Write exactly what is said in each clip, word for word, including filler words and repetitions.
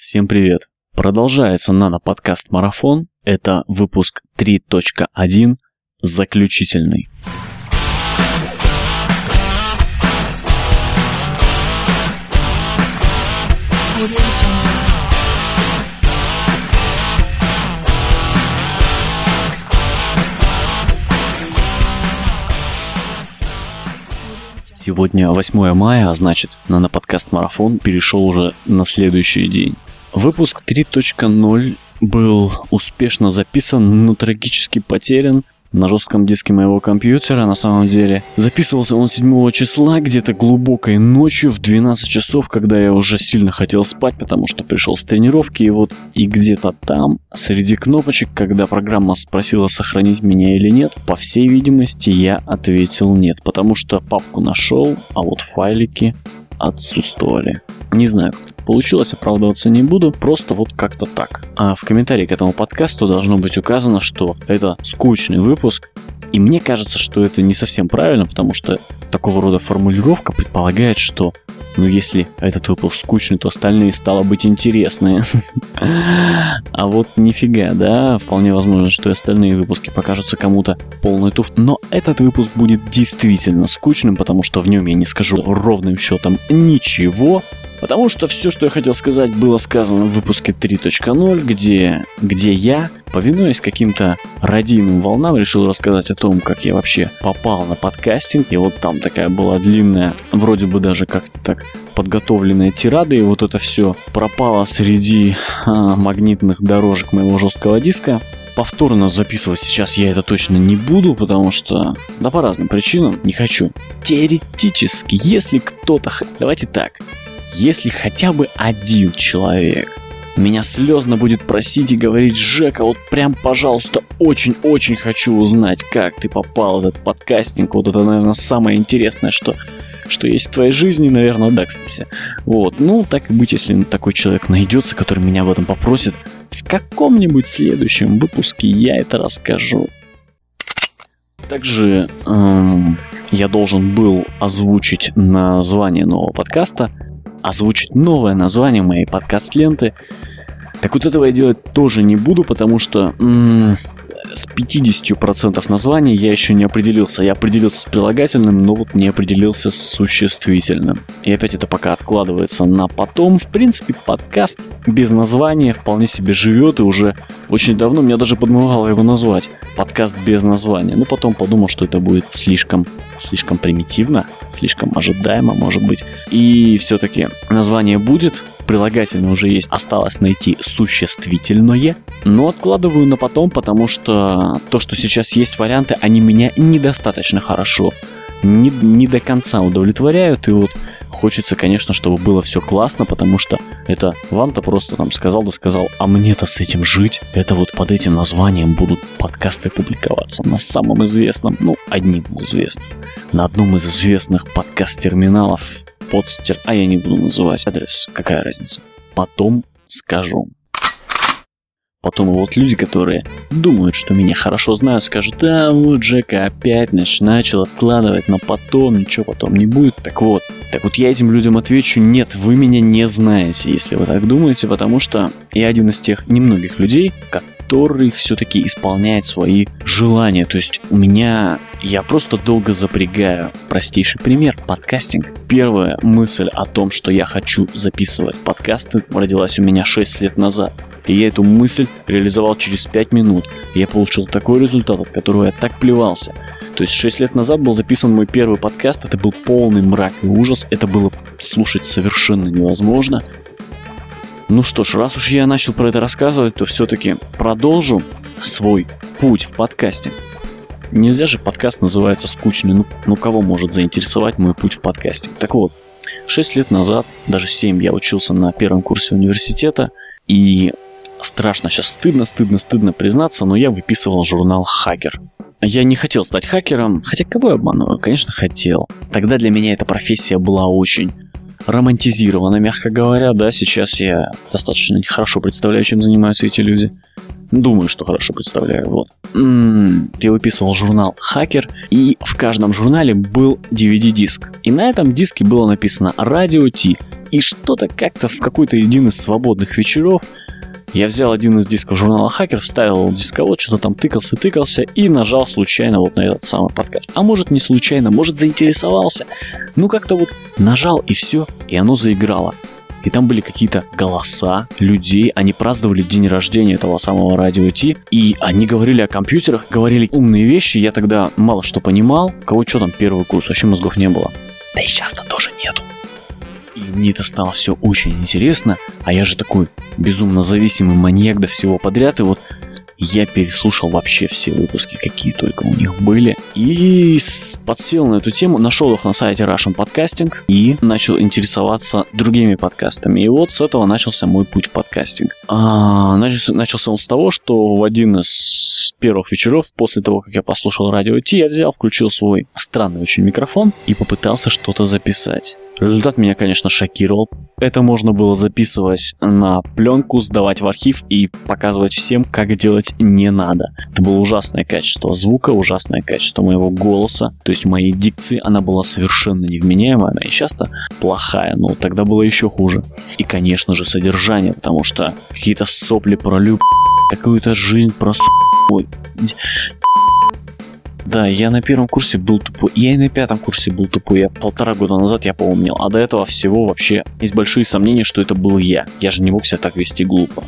Всем привет! Продолжается нано-подкаст «Марафон». Это выпуск три точка один, заключительный. Сегодня восьмое мая, а значит, нано-подкаст «Марафон» перешел уже на следующий день. Выпуск три точка ноль был успешно записан, но трагически потерян на жестком диске моего компьютера. На самом деле записывался он седьмого числа, где-то глубокой ночью в двенадцать часов, когда я уже сильно хотел спать, потому что пришел с тренировки. И вот и где-то там, среди кнопочек, когда программа спросила, сохранить меня или нет, по всей видимости, я ответил нет, потому что папку нашел, а вот файлики отсутствовали. Не знаю, как это получилось, оправдываться не буду, просто вот как-то так. А в комментарии к этому подкасту должно быть указано, что это скучный выпуск, и мне кажется, что это не совсем правильно, потому что такого рода формулировка предполагает, что ну если этот выпуск скучный, то остальные стало быть интересные. А вот нифига, да, вполне возможно, что и остальные выпуски покажутся кому-то полной туфтой. Но этот выпуск будет действительно скучным, потому что в нем я не скажу ровным счетом ничего. Потому что все, что я хотел сказать, было сказано в выпуске три точка ноль, где, где я, повинуясь каким-то радийным волнам, решил рассказать о том, как я вообще попал на подкастинг. И вот там такая была длинная, вроде бы даже как-то так подготовленная тирада, и вот это все пропало среди а, магнитных дорожек моего жесткого диска. Повторно записывать сейчас я это точно не буду, потому что, да по разным причинам, не хочу. Теоретически, если кто-то... Давайте так. Если хотя бы один человек меня слезно будет просить и говорить: Жека, вот прям, пожалуйста, очень-очень хочу узнать, как ты попал в этот подкастинг. Вот это, наверное, самое интересное, что, что есть в твоей жизни. Наверное, да, кстати. Вот, ну, так и быть, если такой человек найдется, который меня об этом попросит, в каком-нибудь следующем выпуске я это расскажу. Также эм, я должен был озвучить название нового подкаста, озвучить новое название моей подкаст-ленты. Так вот этого я делать тоже не буду, потому что м- с пятьдесят процентов названий я еще не определился. Я определился с прилагательным, но вот не определился с существительным. И опять это пока откладывается на потом. В принципе, подкаст без названия вполне себе живет, и уже очень давно меня даже подмывало его назвать. Подкаст без названия. Но потом подумал, что это будет слишком, слишком примитивно, слишком ожидаемо, может быть. И все-таки название будет. Прилагательное уже есть. Осталось найти существительное. Но откладываю на потом, потому что то, что сейчас есть варианты, они меня недостаточно хорошо, не, не до конца удовлетворяют. И вот хочется, конечно, чтобы было все классно, потому что это вам-то просто там сказал да сказал, а мне-то с этим жить. Это вот под этим названием будут подкасты публиковаться на самом известном, ну, одним из известных, на одном из известных подкаст-терминалов. Подстер, а я не буду называть адрес, какая разница. Потом скажу. Потом вот люди, которые думают, что меня хорошо знают, скажут: да, вот Джека опять значит, начал откладывать на потом, ничего потом не будет. Так вот, так вот я этим людям отвечу: нет, вы меня не знаете, если вы так думаете, потому что я один из тех немногих людей, который все-таки исполняет свои желания. То есть у меня... Я просто долго запрягаю. Простейший пример – подкастинг. Первая мысль о том, что я хочу записывать подкасты, родилась у меня шесть лет назад. И я эту мысль реализовал через пять минут. И я получил такой результат, от которого я так плевался. То есть шесть лет назад был записан мой первый подкаст. Это был полный мрак и ужас. Это было слушать совершенно невозможно. Ну что ж, раз уж я начал про это рассказывать, то все-таки продолжу свой путь в подкастинг. Нельзя же подкаст называется скучный. Ну, ну кого может заинтересовать мой путь в подкастинг? Так вот, шесть лет назад, даже семь, я учился на первом курсе университета. И страшно, сейчас стыдно, стыдно, стыдно признаться, но я выписывал журнал «Хакер». Я не хотел стать хакером, хотя кого я обманываю? Конечно, хотел. Тогда для меня эта профессия была очень романтизирована, мягко говоря. Да, сейчас я достаточно хорошо представляю, чем занимаются эти люди. Думаю, что хорошо представляю. Вот. М-м, я выписывал журнал «Хакер», и в каждом журнале был ди ви ди-диск. И на этом диске было написано «Радио Ти». И что-то как-то в какой-то один из свободных вечеров я взял один из дисков журнала «Хакер», вставил его в дисковод, что-то там тыкался-тыкался и нажал случайно вот на этот самый подкаст. А может не случайно, может заинтересовался. Ну как-то вот нажал и все, и оно заиграло. И там были какие-то голоса людей, они праздновали день рождения этого самого Радио Ти, и они говорили о компьютерах, говорили умные вещи, я тогда мало что понимал. У кого что там первый курс, вообще мозгов не было. Да и сейчас-то тоже нету. И мне это стало все очень интересно, а я же такой безумно зависимый маньяк до всего подряд, и вот я переслушал вообще все выпуски, какие только у них были, и подсел на эту тему, нашел их на сайте Russian Podcasting и начал интересоваться другими подкастами. И вот с этого начался мой путь в подкастинг. А, начался, начался он с того, что в один из первых вечеров, после того, как я послушал Радио Ти, я взял, включил свой странный очень микрофон и попытался что-то записать. Результат меня, конечно, шокировал. Это можно было записывать на пленку, сдавать в архив и показывать всем, как делать не надо. Это было ужасное качество звука, ужасное качество моего голоса, то есть моей дикции. Она была совершенно невменяемая, она и сейчас-то плохая, но тогда было еще хуже. И, конечно же, содержание, потому что какие-то сопли про люб... какую-то жизнь про су... Да, я на первом курсе был тупой, я и на пятом курсе был тупой, я полтора года назад я поумнел, а до этого всего вообще есть большие сомнения, что это был я. Я же не мог себя так вести глупо.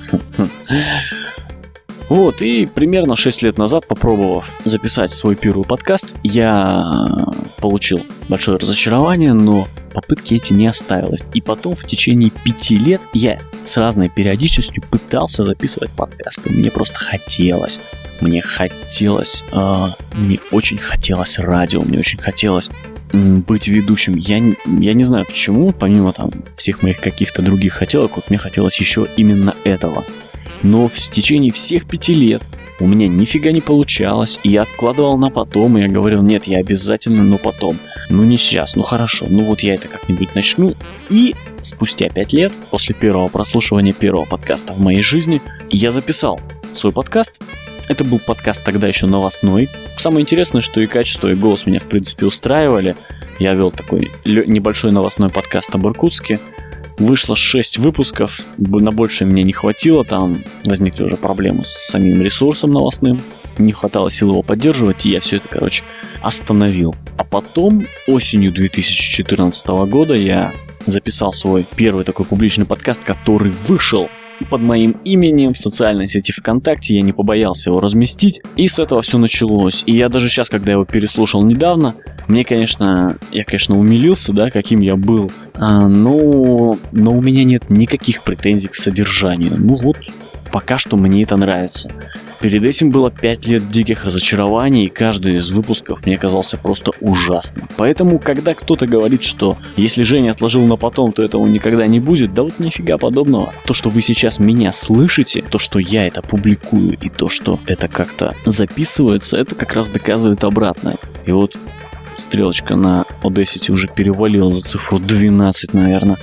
Вот, и примерно шесть лет назад, попробовав записать свой первый подкаст, я получил большое разочарование, но попытки эти не оставилось. И потом в течение пяти лет я с разной периодичностью пытался записывать подкасты. Мне просто хотелось. Мне хотелось, э, мне очень хотелось радио, мне очень хотелось м, быть ведущим. Я, я не знаю почему, помимо там всех моих каких-то других хотелок, вот мне хотелось еще именно этого. Но в течение всех пяти лет у меня нифига не получалось, и я откладывал на потом, и я говорил, нет, я обязательно, но потом. Ну не сейчас, ну хорошо, ну вот я это как-нибудь начну. И спустя пять лет, после первого прослушивания первого подкаста в моей жизни, я записал свой подкаст. Это был подкаст тогда еще новостной. Самое интересное, что и качество, и голос меня, в принципе, устраивали. Я вел такой небольшой новостной подкаст об Иркутске. Вышло шесть выпусков, на больше мне не хватило, там возникли уже проблемы с самим ресурсом новостным. Не хватало сил его поддерживать, и я все это, короче, остановил. А потом, осенью две тысячи четырнадцатого года, я записал свой первый такой публичный подкаст, который вышел под моим именем в социальной сети ВКонтакте, я не побоялся его разместить, и с этого все началось. И я даже сейчас, когда его переслушал недавно, мне, конечно, я, конечно, умилился, да, каким я был, а, но, но у меня нет никаких претензий к содержанию. Ну вот, пока что мне это нравится. Перед этим было пять лет диких разочарований, и каждый из выпусков мне казался просто ужасным. Поэтому, когда кто-то говорит, что если Женя отложил на потом, то этого никогда не будет, да вот нифига подобного. То, что вы сейчас меня слышите, то, что я это публикую, и то, что это как-то записывается, это как раз доказывает обратное. И вот стрелочка на Audacity уже перевалила за цифру двенадцать, наверное.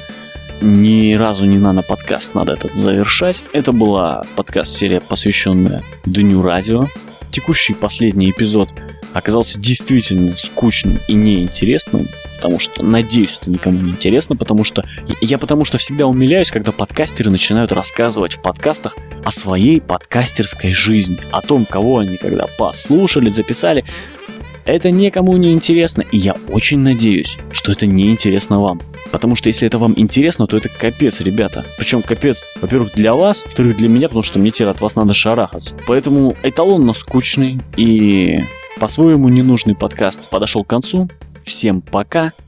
Ни разу не нано-подкаст надо этот завершать. Это была подкаст-серия, посвященная Дню радио. Текущий последний эпизод оказался действительно скучным и неинтересным, потому что, надеюсь, это никому не интересно, потому что я потому что всегда умиляюсь, когда подкастеры начинают рассказывать в подкастах о своей подкастерской жизни, о том, кого они когда послушали, записали. Это никому не интересно, и я очень надеюсь, что это не интересно вам. Потому что если это вам интересно, то это капец, ребята. Причем капец, во-первых, для вас, во-вторых, для меня, потому что мне теперь от вас надо шарахаться. Поэтому эталонно скучный и по-своему ненужный подкаст подошел к концу. Всем пока.